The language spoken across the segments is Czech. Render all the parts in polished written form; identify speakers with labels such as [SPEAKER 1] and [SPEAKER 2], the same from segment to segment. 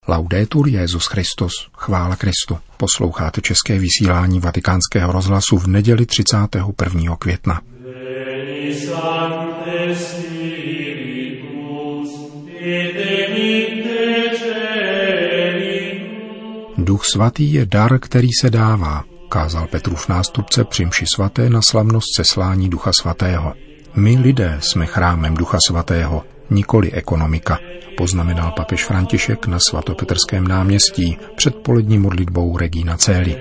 [SPEAKER 1] Laudetur Jesus Christus, chvála Kristu. Posloucháte české vysílání Vatikánského rozhlasu v neděli 31. května. Duch svatý je dar, který se dává, kázal Petrův nástupce při mši svaté na slavnost seslání Ducha svatého. My lidé jsme chrámem Ducha svatého, nikoli ekonomika, poznamenal papež František na svatopetrském náměstí před polední modlitbou Regina Coeli.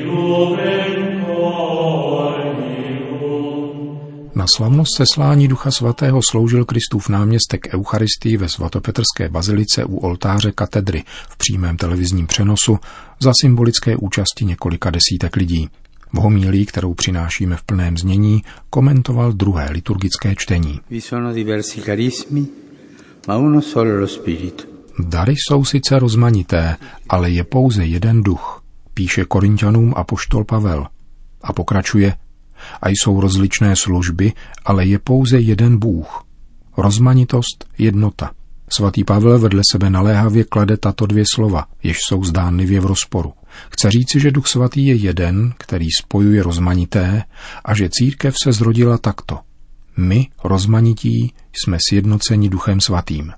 [SPEAKER 1] Na slavnost seslání Ducha svatého sloužil Kristův náměstek Eucharistii ve svatopetrské bazilice u oltáře katedry v přímém televizním přenosu za symbolické účasti několika desítek lidí. V homílii, kterou přinášíme v plném znění, komentoval druhé liturgické čtení. Dary jsou sice rozmanité, ale je pouze jeden duch, píše Korinťanům apoštol Pavel. A pokračuje, a jsou rozličné služby, ale je pouze jeden Bůh. Rozmanitost, jednota. Svatý Pavel vedle sebe naléhavě klade tato dvě slova, jež jsou zdánlivě v rozporu. Chce říci, že Duch svatý je jeden, který spojuje rozmanité, a že církev se zrodila takto. My, rozmanití, jsme sjednoceni Duchem svatým.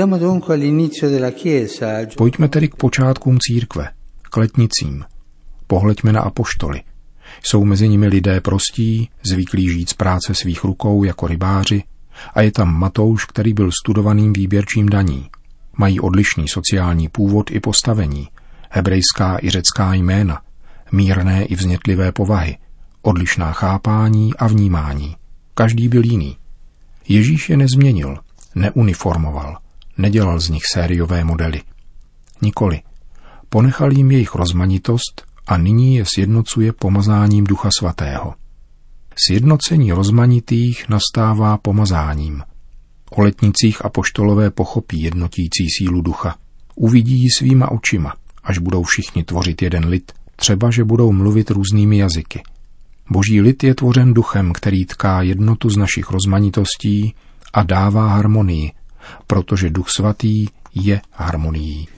[SPEAKER 1] Pojďme tedy k počátkům církve, k letnicím. Pohleďme na apoštoly. Jsou mezi nimi lidé prostí, zvyklí žít z práce svých rukou jako rybáři, a je tam Matouš, který byl studovaným výběrčím daní. Mají odlišný sociální původ i postavení, hebrejská i řecká jména, mírné i vznětlivé povahy, odlišná chápání a vnímání. Každý byl jiný. Ježíš je nezměnil, neuniformoval, nedělal z nich sériové modely. Nikoli. Ponechal jim jejich rozmanitost a nyní je sjednocuje pomazáním Ducha svatého. Sjednocení rozmanitých nastává pomazáním. O letnicích apoštolové pochopí jednotící sílu ducha. Uvidí ji svýma očima, až budou všichni tvořit jeden lid, třeba že budou mluvit různými jazyky. Boží lid je tvořen duchem, který tká jednotu z našich rozmanitostí a dává harmonii, protože Duch svatý je harmonií.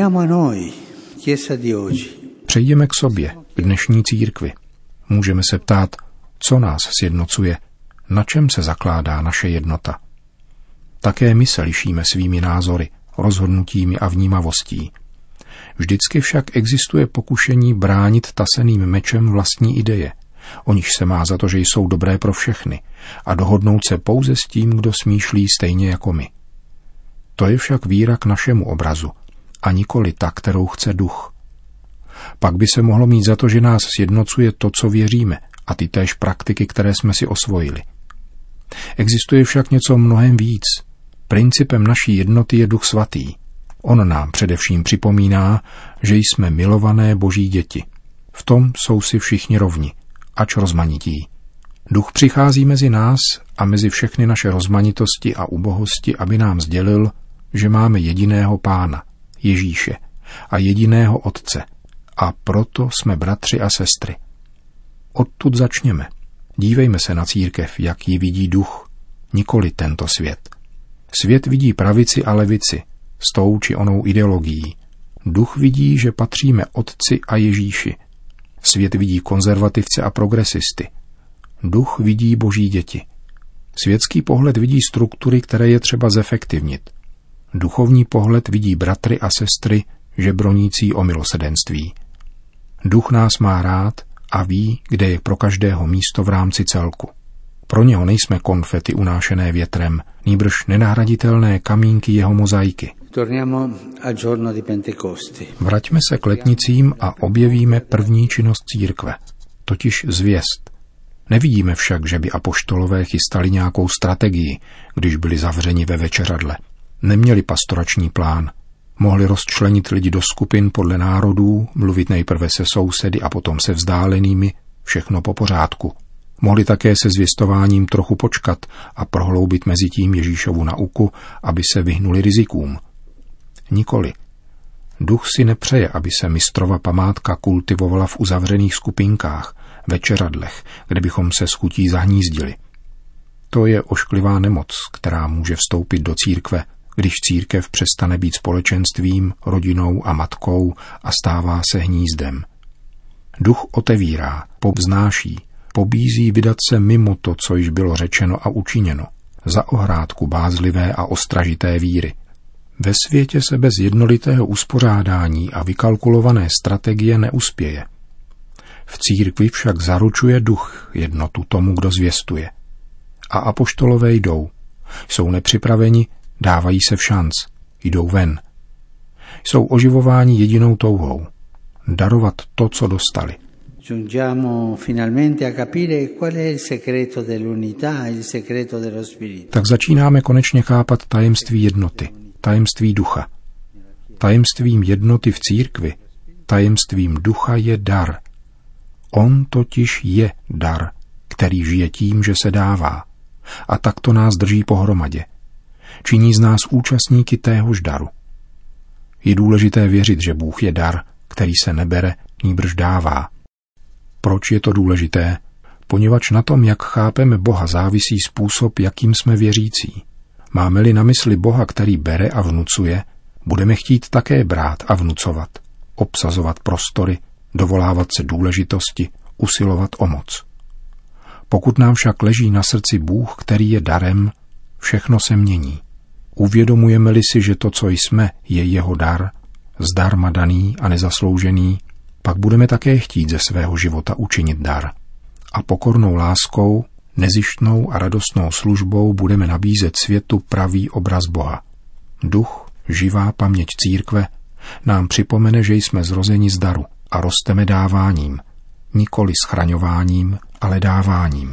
[SPEAKER 1] Přejdeme k sobě, k dnešní církvi. Můžeme se ptát, co nás sjednocuje, na čem se zakládá naše jednota. Také my se lišíme svými názory, rozhodnutími a vnímavostí. Vždycky však existuje pokušení bránit taseným mečem vlastní ideje, o nichž se má za to, že jsou dobré pro všechny, a dohodnout se pouze s tím, kdo smýšlí stejně jako my. To je však víra k našemu obrazu, a nikoli ta, kterou chce duch. Pak by se mohlo mít za to, že nás sjednocuje to, co věříme, a ty též praktiky, které jsme si osvojili. Existuje však něco mnohem víc. Principem naší jednoty je Duch svatý. On nám především připomíná, že jsme milované Boží děti. V tom jsou si všichni rovni, ač rozmanití. Duch přichází mezi nás a mezi všechny naše rozmanitosti a ubohosti, aby nám sdělil, že máme jediného Pána, Ježíše, a jediného Otce, a proto jsme bratři a sestry. Odtud začněme. Dívejme se na církev, jak ji vidí duch, nikoli tento svět. Svět vidí pravici a levici, s tou či onou ideologií. Duch vidí, že patříme Otci a Ježíši. Svět vidí konzervativce a progresisty. Duch vidí Boží děti. Světský pohled vidí struktury, které je třeba zefektivnit. Duchovní pohled vidí bratry a sestry, žebronící o milosrdenství. Duch nás má rád a ví, kde je pro každého místo v rámci celku. Pro něho nejsme konfety unášené větrem, nýbrž nenahraditelné kamínky jeho mozaiky. Vraťme se k letnicím a objevíme první činnost církve, totiž zvěst. Nevidíme však, že by apoštolové chystali nějakou strategii, když byli zavřeni ve večeřadle. Neměli pastorační plán. Mohli rozčlenit lidi do skupin podle národů, mluvit nejprve se sousedy a potom se vzdálenými, všechno po pořádku. Mohli také se zvěstováním trochu počkat a prohloubit mezi tím Ježíšovu nauku, aby se vyhnuli rizikům. Nikoli. Duch si nepřeje, aby se mistrova památka kultivovala v uzavřených skupinkách, večeřadlech, kde bychom se s chutí zahnízdili. To je ošklivá nemoc, která může vstoupit do církve, když církev přestane být společenstvím, rodinou a matkou a stává se hnízdem. Duch otevírá, povznáší, pobízí vydat se mimo to, co již bylo řečeno a učiněno, za ohrádku bázlivé a ostražité víry. Ve světě se bez jednolitého uspořádání a vykalkulované strategie neuspěje. V církvi však zaručuje duch jednotu tomu, kdo zvěstuje. A apoštolové jdou. Jsou nepřipraveni, dávají se všanc, jdou ven. Jsou oživováni jedinou touhou. Darovat to, co dostali. Tak začínáme konečně chápat tajemství jednoty, tajemství ducha. Tajemstvím jednoty v církvi, tajemstvím ducha je dar. On totiž je dar, který žije tím, že se dává. A tak to nás drží pohromadě. Činí z nás účastníky téhož daru. Je důležité věřit, že Bůh je dar, který se nebere, nýbrž dává. Proč je to důležité? Poněvadž na tom, jak chápeme Boha, závisí způsob, jakým jsme věřící. Máme-li na mysli Boha, který bere a vnucuje, budeme chtít také brát a vnucovat, obsazovat prostory, dovolávat se důležitosti, usilovat o moc. Pokud nám však leží na srdci Bůh, který je darem, všechno se mění. Uvědomujeme-li si, že to, co jsme, je jeho dar, zdarma daný a nezasloužený, pak budeme také chtít ze svého života učinit dar. A pokornou láskou, nezištnou a radostnou službou budeme nabízet světu pravý obraz Boha. Duch, živá paměť církve, nám připomene, že jsme zrozeni z daru a rosteme dáváním, nikoli schraňováním, ale dáváním.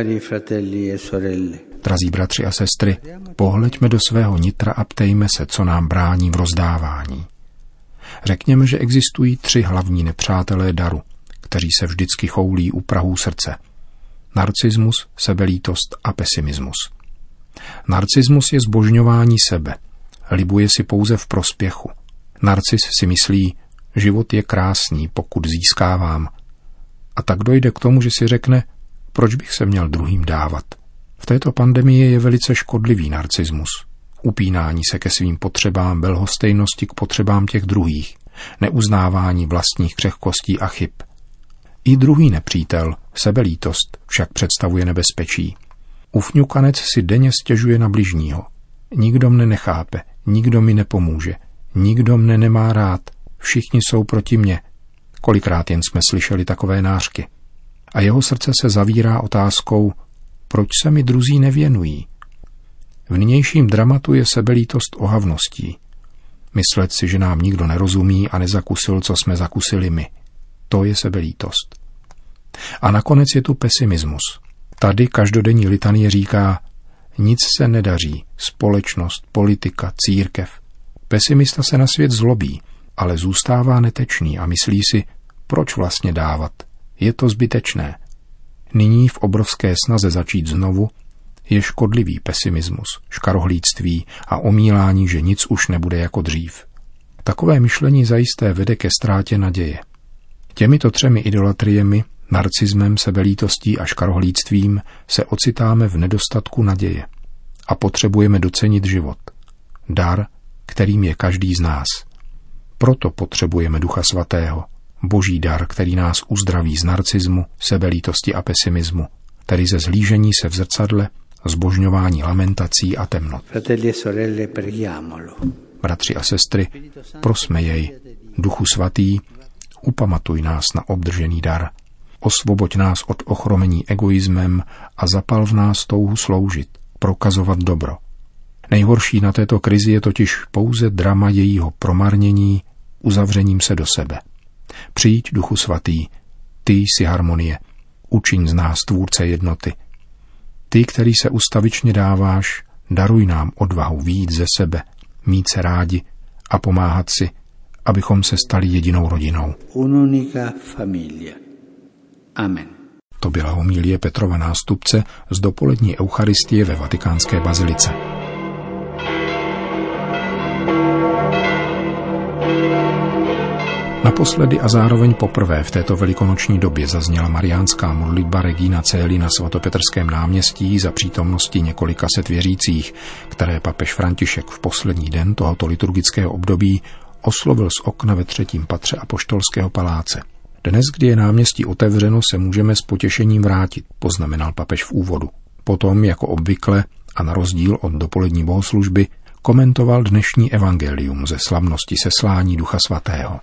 [SPEAKER 1] Drazí bratři a sestry, pohleďme do svého nitra a ptejme se, co nám brání v rozdávání. Řekněme, že existují 3 hlavní nepřátelé daru, kteří se vždycky choulí u prahů srdce. Narcismus, sebelítost a pesimismus. Narcismus je zbožňování sebe. Libuje si pouze v prospěchu. Narcis si myslí, život je krásný, pokud získávám. A tak dojde k tomu, že si řekne, proč bych se měl druhým dávat. V této pandemii je velice škodlivý narcismus. Upínání se ke svým potřebám, belhostejnosti k potřebám těch druhých, neuznávání vlastních křehkostí a chyb. I druhý nepřítel, sebelítost, však představuje nebezpečí. Ufňukanec si denně stěžuje na bližního. Nikdo mne nechápe, nikdo mi nepomůže, nikdo mne nemá rád, všichni jsou proti mně. Kolikrát jen jsme slyšeli takové nářky. A jeho srdce se zavírá otázkou, proč se mi druzí nevěnují. V nynějším dramatu je sebelítost ohavností. Myslet si, že nám nikdo nerozumí a nezakusil, co jsme zakusili my. To je sebelítost. A nakonec je tu pesimismus. Tady každodenní litanie říká, nic se nedaří, společnost, politika, církev. Pesimista se na svět zlobí, ale zůstává netečný a myslí si, proč vlastně dávat. Je to zbytečné. Nyní v obrovské snaze začít znovu je škodlivý pesimismus, škarohlídství a omílání, že nic už nebude jako dřív. Takové myšlení zajisté vede ke ztrátě naděje. Těmito 3 idolatriemi, narcismem, sebelítostí a škarohlídstvím se ocitáme v nedostatku naděje a potřebujeme docenit život. Dar, kterým je každý z nás. Proto potřebujeme Ducha Svatého, Boží dar, který nás uzdraví z narcismu, sebelítosti a pesimismu, tedy ze zhlížení se v zrcadle, zbožňování lamentací a temnot. Bratři a sestry, prosme jej, Duchu Svatý, upamatuj nás na obdržený dar, osvoboď nás od ochromení egoismem a zapal v nás touhu sloužit, prokazovat dobro. Nejhorší na této krizi je totiž pouze drama jejího promarnění uzavřením se do sebe. Přijď, Duchu Svatý, ty jsi harmonie, učiň z nás tvůrce jednoty. Ty, který se ustavičně dáváš, daruj nám odvahu vyjít ze sebe, mít se rádi a pomáhat si, abychom se stali jedinou rodinou.
[SPEAKER 2] Un'unica famiglia. Amen.
[SPEAKER 1] To byla homilie Petrova nástupce z dopolední eucharistie ve Vatikánské bazilice. Naposledy a zároveň poprvé v této velikonoční době zazněla mariánská modlitba Regina Coeli na svatopetrském náměstí za přítomnosti několika set věřících, které papež František v poslední den tohoto liturgického období oslovil z okna ve 3. patře Apoštolského paláce. Dnes, kdy je náměstí otevřeno, se můžeme s potěšením vrátit, poznamenal papež v úvodu. Potom, jako obvykle a na rozdíl od dopolední bohoslužby, komentoval dnešní evangelium ze slavnosti seslání Ducha Svatého.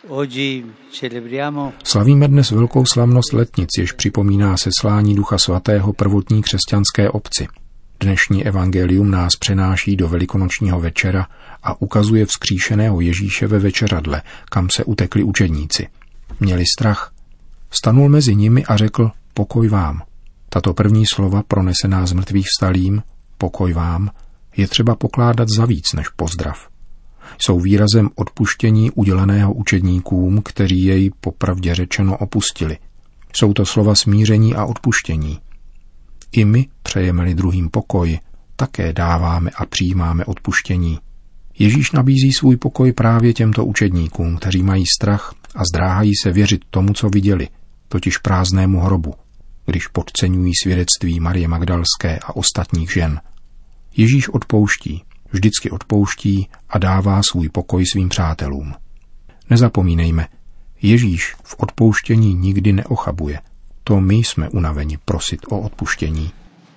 [SPEAKER 1] Slavíme dnes velkou slavnost letnic, jež připomíná seslání Ducha Svatého prvotní křesťanské obci. Dnešní evangelium nás přenáší do velikonočního večera a ukazuje vzkříšeného Ježíše ve večeradle, kam se utekli učedníci. Měli strach. Stanul mezi nimi a řekl: pokoj vám. Tato první slova pronesená z mrtvých vstalým, pokoj vám, je třeba pokládat za víc než pozdrav. Jsou výrazem odpuštění uděleného učedníkům, kteří jej popravdě řečeno opustili. Jsou to slova smíření a odpuštění. I my, přejeme-li druhým pokoj, také dáváme a přijímáme odpuštění. Ježíš nabízí svůj pokoj právě těmto učedníkům, kteří mají strach a zdráhají se věřit tomu, co viděli, totiž prázdnému hrobu, když podceňují svědectví Marie Magdalské a ostatních žen. Ježíš odpouští, vždycky odpouští a dává svůj pokoj svým přátelům. Nezapomínejme, Ježíš v odpouštění nikdy neochabuje. To my jsme unaveni prosit o odpuštění.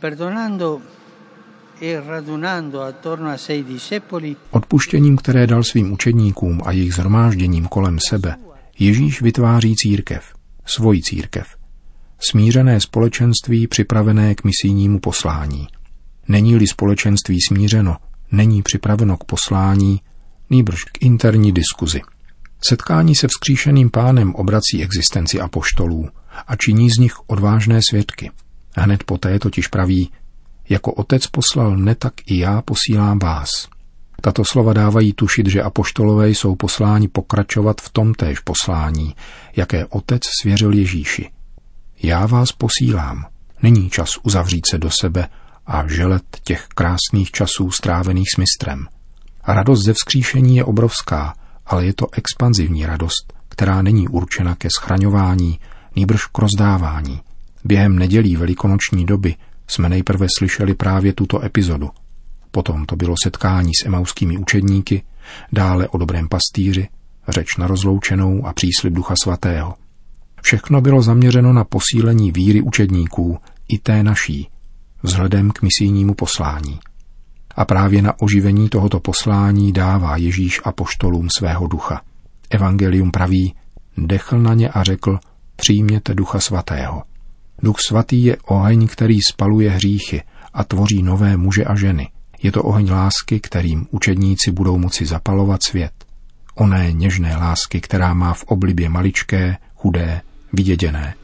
[SPEAKER 1] Odpuštěním, které dal svým učedníkům a jejich shromážděním kolem sebe, Ježíš vytváří církev, svoji církev. Smířené společenství připravené k misijnímu poslání. Není-li společenství smířeno, není připraveno k poslání, nýbrž k interní diskuzi. Setkání se vzkříšeným Pánem obrací existenci apoštolů a činí z nich odvážné svědky. Hned poté totiž praví: jako Otec poslal mne, tak i já posílám vás. Tato slova dávají tušit, že apoštolové jsou posláni pokračovat v tomtéž poslání, jaké Otec svěřil Ježíši. Já vás posílám. Není čas uzavřít se do sebe a želet těch krásných časů strávených s mistrem. Radost ze vzkříšení je obrovská, ale je to expanzivní radost, která není určena ke schraňování, nýbrž k rozdávání. Během nedělí velikonoční doby jsme nejprve slyšeli právě tuto epizodu. Potom to bylo setkání s emauskými učedníky, dále o dobrém pastýři, řeč na rozloučenou a příslib Ducha Svatého. Všechno bylo zaměřeno na posílení víry učedníků, i té naší, vzhledem k misijnímu poslání. A právě na oživení tohoto poslání dává Ježíš apoštolům svého ducha. Evangelium praví: dechl na ně a řekl: přijměte Ducha Svatého. Duch Svatý je oheň, který spaluje hříchy a tvoří nové muže a ženy. Je to oheň lásky, kterým učedníci budou moci zapalovat svět. Oné něžné lásky, která má v oblibě maličké, chudé, vyděděné.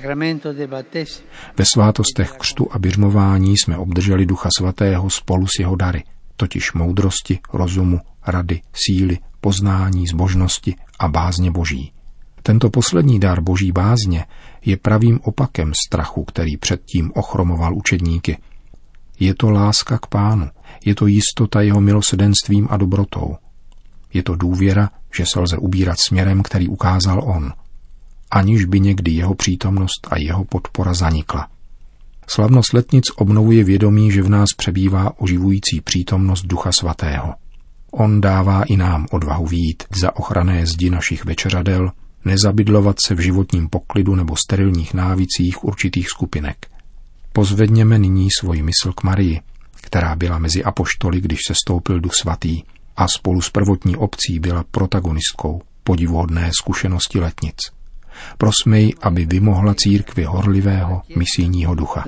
[SPEAKER 1] Ve svátostech křtu a biřmování jsme obdrželi Ducha Svatého spolu s jeho dary, totiž moudrosti, rozumu, rady, síly, poznání, zbožnosti a bázně Boží. Tento poslední dar Boží bázně je pravým opakem strachu, který předtím ochromoval učedníky. Je to láska k Pánu, je to jistota jeho milosrdenstvím a dobrotou. Je to důvěra, že se lze ubírat směrem, který ukázal on, aniž by někdy jeho přítomnost a jeho podpora zanikla. Slavnost letnic obnovuje vědomí, že v nás přebývá oživující přítomnost Ducha Svatého. On dává i nám odvahu vyjít za ochranné zdi našich večeřadel, nezabydlovat se v životním poklidu nebo sterilních návicích určitých skupinek. Pozvedněme nyní svoji mysl k Marii, která byla mezi apoštoly, když se stoupil Duch Svatý a spolu s prvotní obcí byla protagonistkou podivuhodné zkušenosti letnic. Prosme ji, aby vymohla církvi horlivého misijního ducha.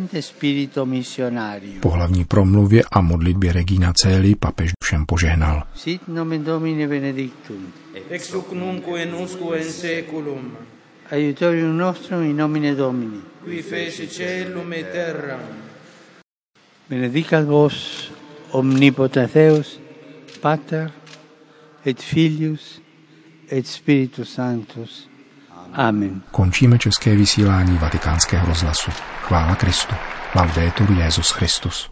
[SPEAKER 1] Po hlavní promluvě a modlitbě Regina Coeli papež všem požehnal.
[SPEAKER 2] Sit nomen Domini benedictum.
[SPEAKER 3] Ex hoc nunc et usque in seculum.
[SPEAKER 2] Aiutorium nostrum in nomine Domini.
[SPEAKER 3] Qui fece caelum et terram.
[SPEAKER 2] Benedicat vos omnipotens Deus, Pater et Filius et Spiritus Sanctus. Amen.
[SPEAKER 1] Končíme české vysílání Vatikánského rozhlasu. Chvála Kristu. Laudetur Jesus Christus.